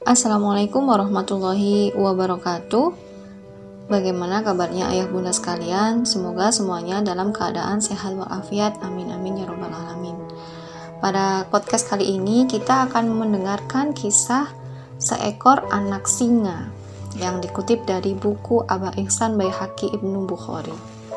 Assalamualaikum warahmatullahi wabarakatuh. Bagaimana kabarnya ayah bunda sekalian? Semoga semuanya dalam keadaan sehat walafiat. Amin amin ya robbal alamin. Pada podcast kali ini kita akan mendengarkan kisah seekor anak singa yang dikutip dari buku Aba Ihsan Baihaqi Ibnu Bukhari.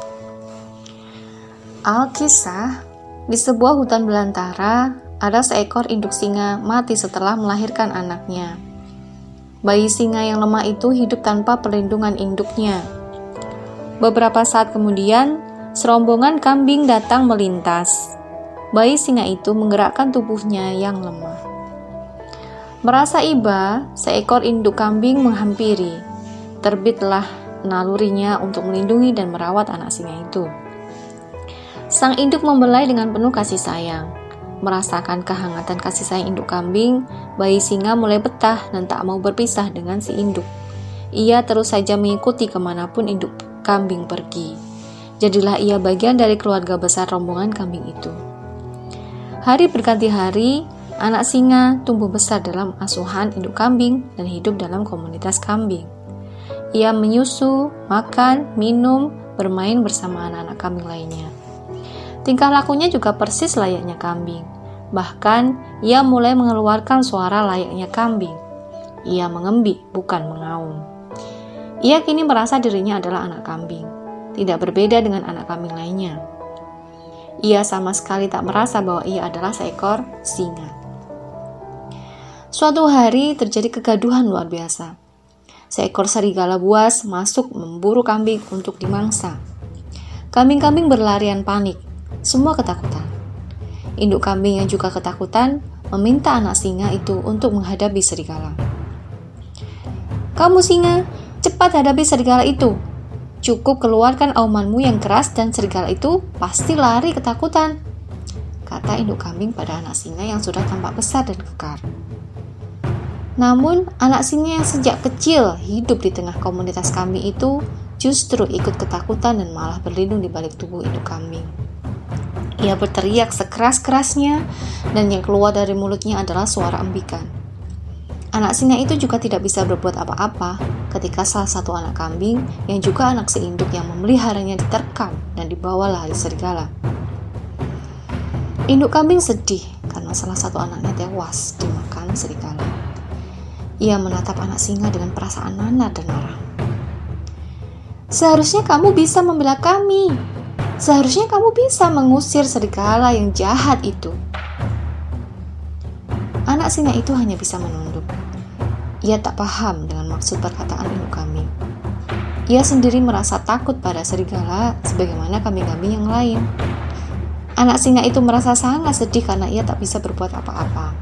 Al-Kisah, di sebuah hutan belantara ada seekor induk singa mati setelah melahirkan anaknya. Bayi singa yang lemah itu hidup tanpa perlindungan induknya. Beberapa saat kemudian, serombongan kambing datang melintas. Bayi singa itu menggerakkan tubuhnya yang lemah. Merasa iba, seekor induk kambing menghampiri. Terbitlah nalurinya untuk melindungi dan merawat anak singa itu. Sang induk membelai dengan penuh kasih sayang. Merasakan kehangatan kasih sayang induk kambing, bayi singa mulai betah dan tak mau berpisah dengan si induk. Ia terus saja mengikuti kemanapun induk kambing pergi. Jadilah ia bagian dari keluarga besar rombongan kambing itu. Hari berganti hari, anak singa tumbuh besar dalam asuhan induk kambing dan hidup dalam komunitas kambing. Ia menyusu, makan, minum, bermain bersama anak-anak kambing lainnya. Tingkah lakunya juga persis layaknya kambing. Bahkan, ia mulai mengeluarkan suara layaknya kambing. Ia mengembik, bukan mengaum. Ia kini merasa dirinya adalah anak kambing, tidak berbeda dengan anak kambing lainnya. Ia sama sekali tak merasa bahwa ia adalah seekor singa. Suatu hari terjadi kegaduhan luar biasa. Seekor serigala buas masuk memburu kambing untuk dimangsa. Kambing-kambing berlarian panik. Semua ketakutan. Induk kambing yang juga ketakutan meminta anak singa itu untuk menghadapi serigala. "Kamu singa, cepat hadapi serigala itu. Cukup keluarkan aumanmu yang keras dan serigala itu pasti lari ketakutan," kata induk kambing pada anak singa yang sudah tampak besar dan kekar. Namun, anak singa yang sejak kecil hidup di tengah komunitas kambing itu justru ikut ketakutan dan malah berlindung di balik tubuh induk kambing. Ia berteriak sekeras-kerasnya dan yang keluar dari mulutnya adalah suara embikan. Anak singa itu juga tidak bisa berbuat apa-apa ketika salah satu anak kambing yang juga anak seinduk yang memeliharanya diterkam dan dibawa lari serigala. Induk kambing sedih karena salah satu anaknya tewas dimakan serigala. Ia menatap anak singa dengan perasaan nanar dan marah. "Seharusnya kamu bisa membela kami. Seharusnya kamu bisa mengusir serigala yang jahat itu." Anak singa itu hanya bisa menunduk. Ia tak paham dengan maksud perkataan induk kambing. Ia sendiri merasa takut pada serigala sebagaimana kambing-kambing yang lain. Anak singa itu merasa sangat sedih karena ia tak bisa berbuat apa-apa.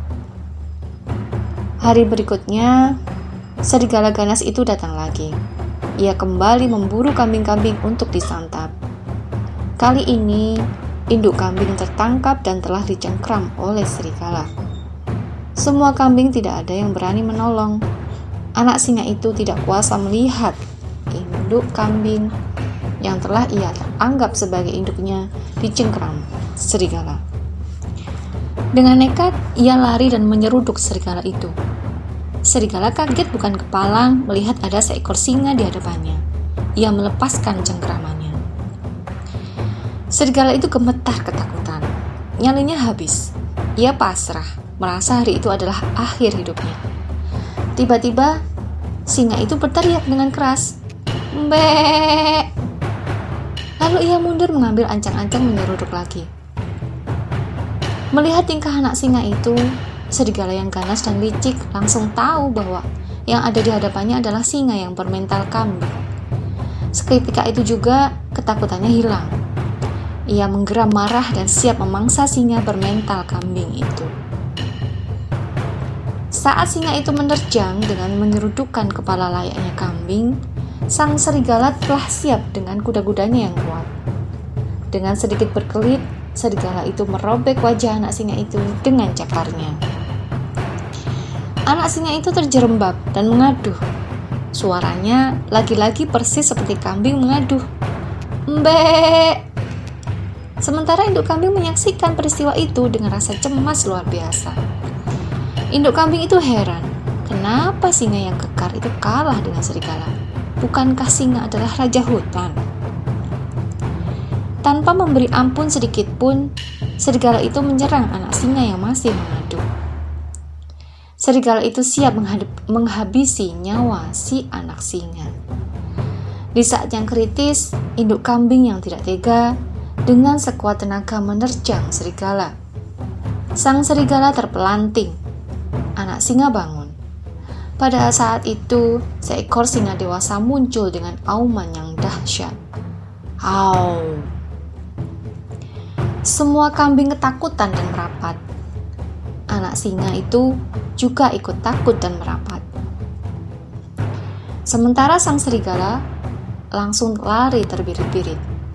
Hari berikutnya, serigala ganas itu datang lagi. Ia kembali memburu kambing-kambing untuk disantap. Kali ini, induk kambing tertangkap dan telah dicengkram oleh serigala. Semua kambing tidak ada yang berani menolong. Anak singa itu tidak kuasa melihat induk kambing yang telah ia anggap sebagai induknya dicengkram serigala. Dengan nekat, ia lari dan menyeruduk serigala itu. Serigala kaget bukan kepalang melihat ada seekor singa di hadapannya. Ia melepaskan cengkramannya. Serigala itu gemetar ketakutan. Nyalinya habis. Ia pasrah, merasa hari itu adalah akhir hidupnya. Tiba-tiba, singa itu berteriak dengan keras, "Mbek!" Lalu ia mundur mengambil ancang-ancang menyeruduk lagi. Melihat tingkah anak singa itu, serigala yang ganas dan licik langsung tahu bahwa yang ada di hadapannya adalah singa yang bermental kambing. Seketika itu juga ketakutannya hilang. Ia menggeram marah dan siap memangsa singa bermental kambing itu. Saat singa itu menerjang dengan menyerudukkan kepala layaknya kambing, sang serigala telah siap dengan kuda-kudanya yang kuat. Dengan sedikit berkelit, serigala itu merobek wajah anak singa itu dengan cakarnya. Anak singa itu terjerembab dan mengaduh. Suaranya lagi-lagi persis seperti kambing mengaduh, "Mbek!" Sementara induk kambing menyaksikan peristiwa itu dengan rasa cemas luar biasa. Induk kambing itu heran, Kenapa singa yang kekar itu kalah dengan serigala? Bukankah singa adalah raja hutan? Tanpa memberi ampun sedikit pun, serigala itu menyerang anak singa yang masih mengadu. Serigala itu siap menghabisi nyawa si anak singa. Di saat yang kritis, induk kambing yang tidak tega dengan sekuat tenaga menerjang serigala. Sang serigala terpelanting. Anak singa bangun. Pada saat itu, seekor singa dewasa muncul dengan auman yang dahsyat. Au! Semua kambing ketakutan dan merapat. Anak singa itu juga ikut takut dan merapat. Sementara sang serigala langsung lari terbirit-birit.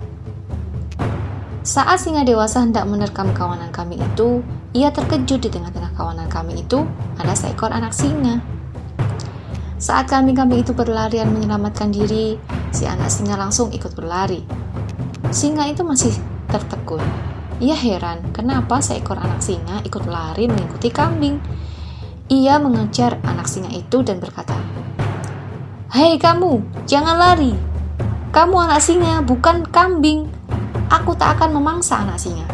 Saat singa dewasa hendak menerkam kawanan kambing itu, ia terkejut di tengah-tengah kawanan kambing itu ada seekor anak singa. Saat kambing-kambing itu berlarian menyelamatkan diri, si anak singa langsung ikut berlari. Singa itu masih tertegun. Ia heran kenapa seekor anak singa ikut lari mengikuti kambing. Ia mengejar anak singa itu dan berkata, "Hei kamu, jangan lari. Kamu anak singa, bukan kambing. Aku tak akan memangsa anak singa."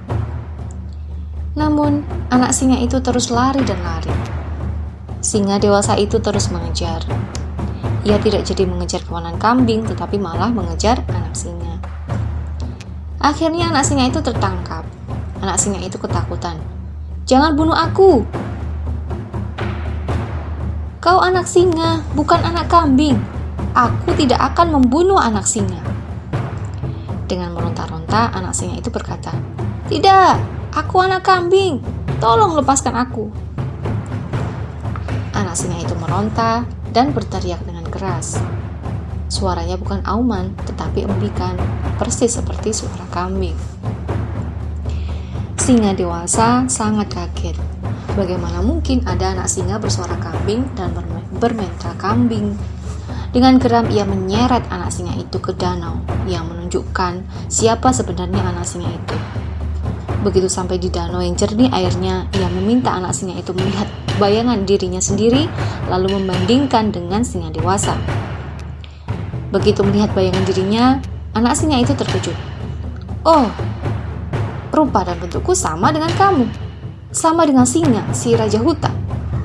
Namun, anak singa itu terus lari dan lari. Singa dewasa itu terus mengejar. Ia tidak jadi mengejar kawanan kambing, tetapi malah mengejar anak singa. Akhirnya anak singa itu tertangkap. Anak singa itu ketakutan. "Jangan bunuh aku. Kau anak singa, bukan anak kambing. Aku tidak akan membunuh anak singa." Dengan meronta-ronta, anak singa itu berkata, "Tidak, aku anak kambing. Tolong lepaskan aku." Anak singa itu meronta dan berteriak dengan keras. Suaranya bukan auman, tetapi embikan, persis seperti suara kambing. Singa dewasa sangat kaget. Bagaimana mungkin ada anak singa bersuara kambing dan bermental kambing? Dengan geram ia menyeret anak singa itu ke danau yang menunjukkan siapa sebenarnya anak singa itu. Begitu sampai di danau yang jernih airnya, ia meminta anak singa itu melihat bayangan dirinya sendiri, lalu membandingkan dengan singa dewasa. Begitu melihat bayangan dirinya, anak singa itu terkejut. "Oh, rupa dan bentukku sama dengan kamu. Sama dengan singa, si raja hutan."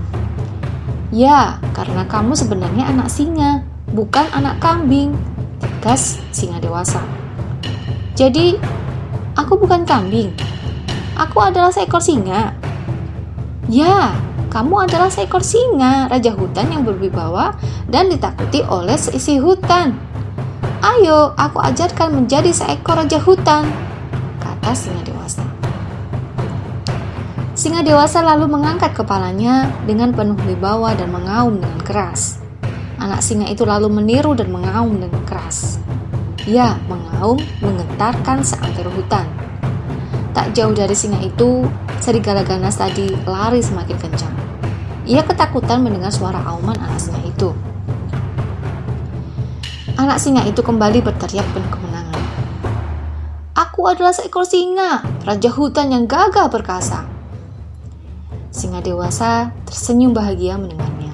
"Ya, karena kamu sebenarnya anak singa, bukan anak kambing," tegas singa dewasa. "Jadi, aku bukan kambing. Aku adalah seekor singa." "Ya, kamu adalah seekor singa, raja hutan yang berwibawa dan ditakuti oleh seisi hutan. Ayo, aku ajarkan menjadi seekor raja hutan," kata singa dewasa. Singa dewasa lalu mengangkat kepalanya dengan penuh wibawa dan mengaum dengan keras. Anak singa itu lalu meniru dan mengaum dengan keras. Ya, mengaum menggetarkan seantero hutan. Tak jauh dari singa itu, serigala ganas tadi lari semakin kencang. Ia ketakutan mendengar suara auman anak singa itu. Anak singa itu kembali berteriak penuh kemenangan. "Aku adalah seekor singa, raja hutan yang gagah perkasa." Singa dewasa tersenyum bahagia mendengarnya.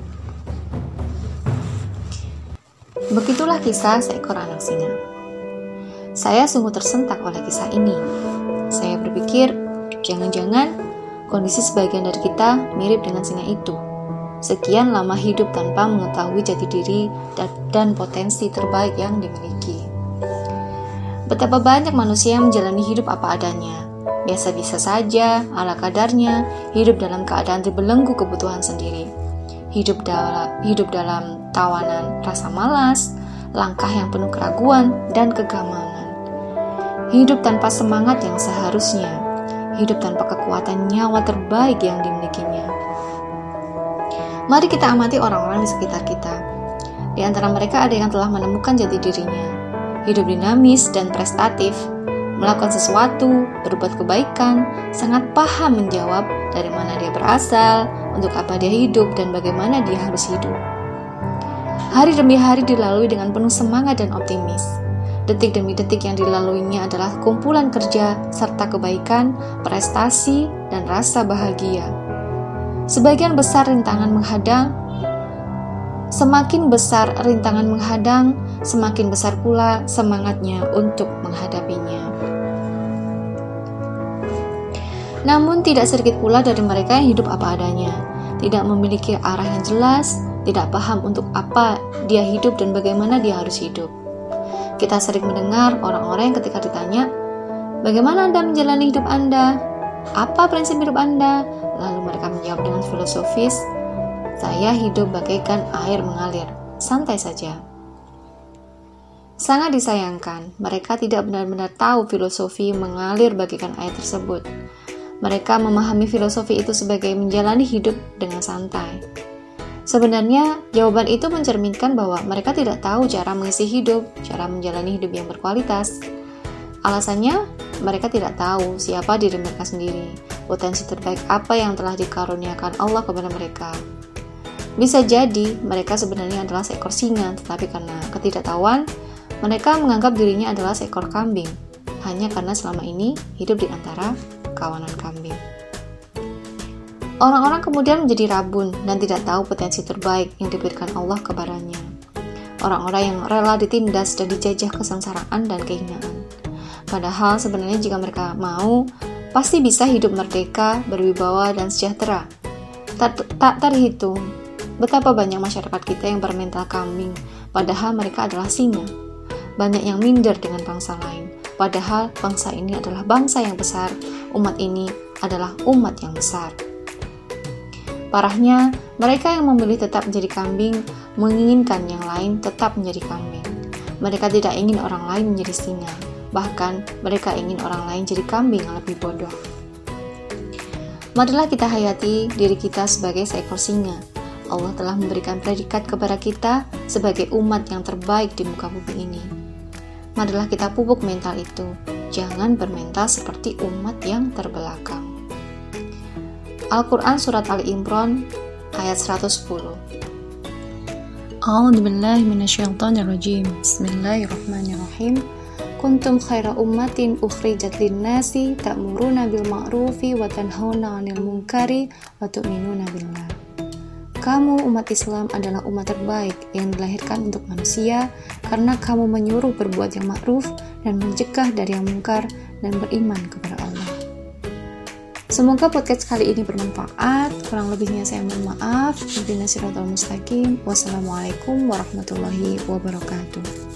Begitulah kisah seekor anak singa. Saya sungguh tersentak oleh kisah ini. Saya berpikir, jangan-jangan kondisi sebagian dari kita mirip dengan singa itu. Sekian lama hidup tanpa mengetahui jati diri dan potensi terbaik yang dimiliki. Betapa banyak manusia yang menjalani hidup apa adanya, biasa-biasa saja, ala kadarnya, hidup dalam keadaan terbelenggu kebutuhan sendiri. Hidup dalam tawanan rasa malas, langkah yang penuh keraguan dan kegamangan. Hidup tanpa semangat yang seharusnya, hidup tanpa kekuatan nyawa terbaik yang dimilikinya. Mari kita amati orang-orang di sekitar kita. Di antara mereka ada yang telah menemukan jati dirinya, hidup dinamis dan prestatif, melakukan sesuatu, berbuat kebaikan, sangat paham menjawab dari mana dia berasal, untuk apa dia hidup, dan bagaimana dia harus hidup. Hari demi hari dilalui dengan penuh semangat dan optimis. Detik demi detik yang dilaluinya adalah kumpulan kerja serta kebaikan, prestasi, dan rasa bahagia. Semakin besar rintangan menghadang, semakin besar pula semangatnya untuk menghadapinya. Namun tidak sedikit pula dari mereka yang hidup apa adanya, tidak memiliki arah yang jelas, tidak paham untuk apa dia hidup dan bagaimana dia harus hidup. Kita sering mendengar orang-orang yang ketika ditanya, "Bagaimana Anda menjalani hidup Anda? Apa prinsip hidup Anda?" Lalu mereka menjawab dengan filosofis, "Saya hidup bagaikan air mengalir, santai saja." Sangat disayangkan, mereka tidak benar-benar tahu filosofi mengalir bagaikan air tersebut. Mereka memahami filosofi itu sebagai menjalani hidup dengan santai. Sebenarnya, jawaban itu mencerminkan bahwa mereka tidak tahu cara mengisi hidup, cara menjalani hidup yang berkualitas. Alasannya, mereka tidak tahu siapa diri mereka sendiri, potensi terbaik apa yang telah dikaruniakan Allah kepada mereka. Bisa jadi mereka sebenarnya adalah seekor singa, tetapi karena ketidaktahuan, mereka menganggap dirinya adalah seekor kambing, hanya karena selama ini hidup di antara kawanan kambing. Orang-orang kemudian menjadi rabun dan tidak tahu potensi terbaik yang diberikan Allah kepadanya. Orang-orang yang rela ditindas dan dijajah kesengsaraan dan kehinaan. Padahal sebenarnya jika mereka mau, pasti bisa hidup merdeka, berwibawa, dan sejahtera. Tak terhitung betapa banyak masyarakat kita yang bermental kambing, padahal mereka adalah singa. Banyak yang minder dengan bangsa lain, padahal bangsa ini adalah bangsa yang besar, umat ini adalah umat yang besar. Parahnya, mereka yang memilih tetap menjadi kambing, menginginkan yang lain tetap menjadi kambing. Mereka tidak ingin orang lain menjadi singa, bahkan mereka ingin orang lain jadi kambing yang lebih bodoh. Marilah kita hayati diri kita sebagai seekor singa. Allah telah memberikan predikat kepada kita sebagai umat yang terbaik di muka bumi ini. Marilah kita pupuk mental itu. Jangan bermental seperti umat yang terbelakang. Al-Quran Surat Ali Imran ayat 110. A'udzubillahi minasyaitonirrajim. Bismillahirrahmanirrahim. Kuntum khaira ummatin ukhrijat lin-nasi ta'muruna bil ma'rufi wa tanhauna 'anil munkari wa tu'minuna billah. Kamu umat Islam adalah umat terbaik yang dilahirkan untuk manusia karena kamu menyuruh berbuat yang ma'ruf dan mencegah dari yang mungkar dan beriman kepada Allah. Semoga podcast kali ini bermanfaat. Kurang lebihnya saya mohon maaf. Ihdinas siratal mustaqim. Wassalamualaikum warahmatullahi wabarakatuh.